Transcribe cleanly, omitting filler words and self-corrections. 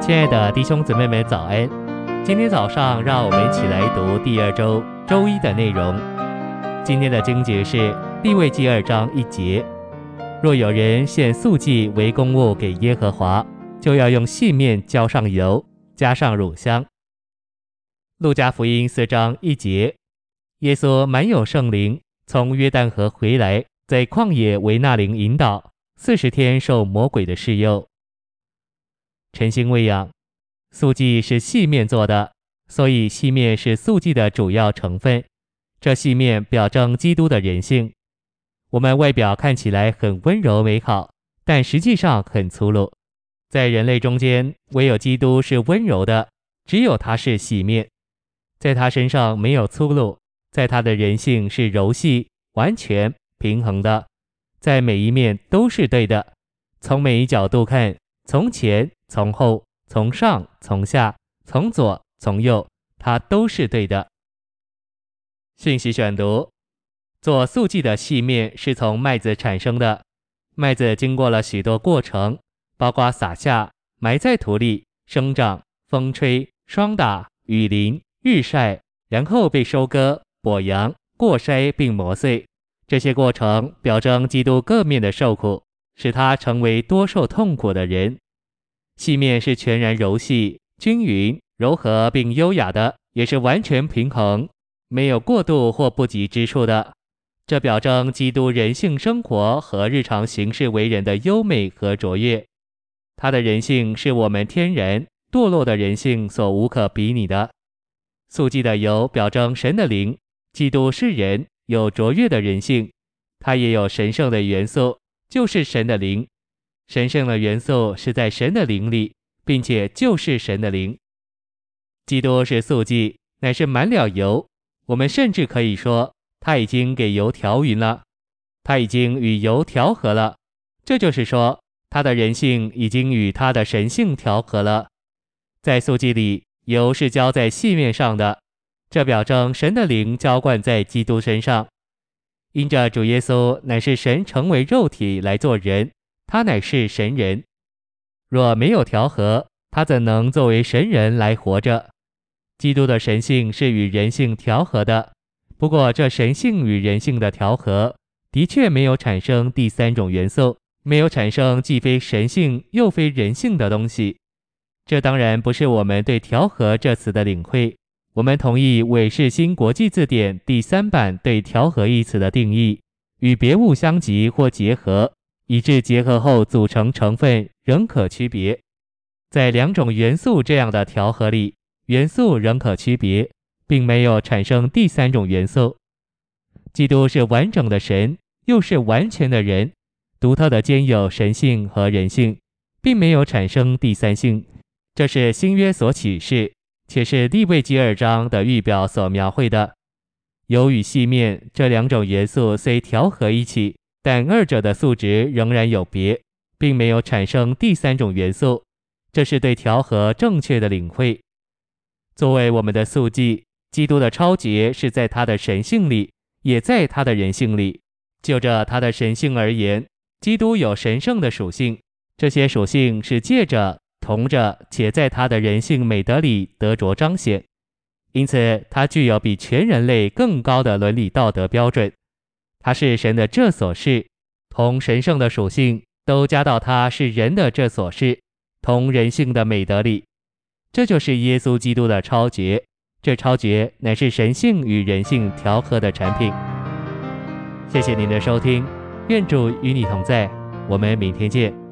亲爱的弟兄姊妹们早安，今天早上让我们一起来读第二周周一的内容。今天的经节是利未记2章1节，若有人献素祭为供物给耶和华，就要用细面浇上油，加上乳香。路加福音4章1节，耶稣满有圣灵，从约旦河回来，在旷野为那灵引导，40天受魔鬼的试诱。晨星喂养，素祭是细面做的，所以细面是素祭的主要成分。这细面表征基督的人性。我们外表看起来很温柔美好，但实际上很粗鲁。在人类中间，唯有基督是温柔的，只有他是细面。在他身上没有粗鲁，在他的人性是柔细、完全、平衡的，在每一面都是对的。从每一角度看，从前、从后、从上、从下、从左、从右，它都是对的。信息选读：做素祭的细面是从麦子产生的，麦子经过了许多过程，包括撒下、埋在土里、生长、风吹、霜打、雨淋、日晒，然后被收割、剥阳、过筛并磨碎。这些过程表征基督各面的受苦，使他成为多受痛苦的人。细面是全然柔细、均匀、柔和并优雅的，也是完全平衡，没有过度或不及之处的。这表征基督人性生活和日常行事为人的优美和卓越。他的人性是我们天然堕落的人性所无可比拟的。素祭的油表征神的灵，基督是人，有卓越的人性，他也有神圣的元素，就是神的灵。神圣的元素是在神的灵里，并且就是神的灵。基督是素祭，乃是满了油。我们甚至可以说，他已经给油调匀了，他已经与油调和了。这就是说，他的人性已经与他的神性调和了。在素祭里，油是浇在细面上的，这表征神的灵浇灌在基督身上。因着主耶稣乃是神成为肉体来做人，他乃是神人。若没有调和，他怎能作为神人来活着？基督的神性是与人性调和的，不过这神性与人性的调和的确没有产生第三种元素，没有产生既非神性又非人性的东西。这当然不是我们对调和这词的领会。我们同意韦氏新国际字典第3版对调和一词的定义，与别物相及或结合，以致结合后组成成分仍可区别。在两种元素这样的调和里，元素仍可区别，并没有产生第三种元素。基督是完整的神，又是完全的人，独特的兼有神性和人性，并没有产生第三性。这是新约所启示，且是利未记2章的预表所描绘的。油与细面这两种元素虽调和一起，但二者的素质仍然有别，并没有产生第三种元素。这是对调和正确的领会。作为我们的素祭，基督的超节是在他的神性里，也在他的人性里。就着他的神性而言，基督有神圣的属性，这些属性是借着、同着且在他的人性美德里得着彰显。因此他具有比全人类更高的伦理道德标准。他是神的这所事，同神圣的属性都加到他是人的这所事，同人性的美德里。这就是耶稣基督的超绝，这超绝乃是神性与人性调和的产品。谢谢您的收听，愿主与你同在，我们明天见。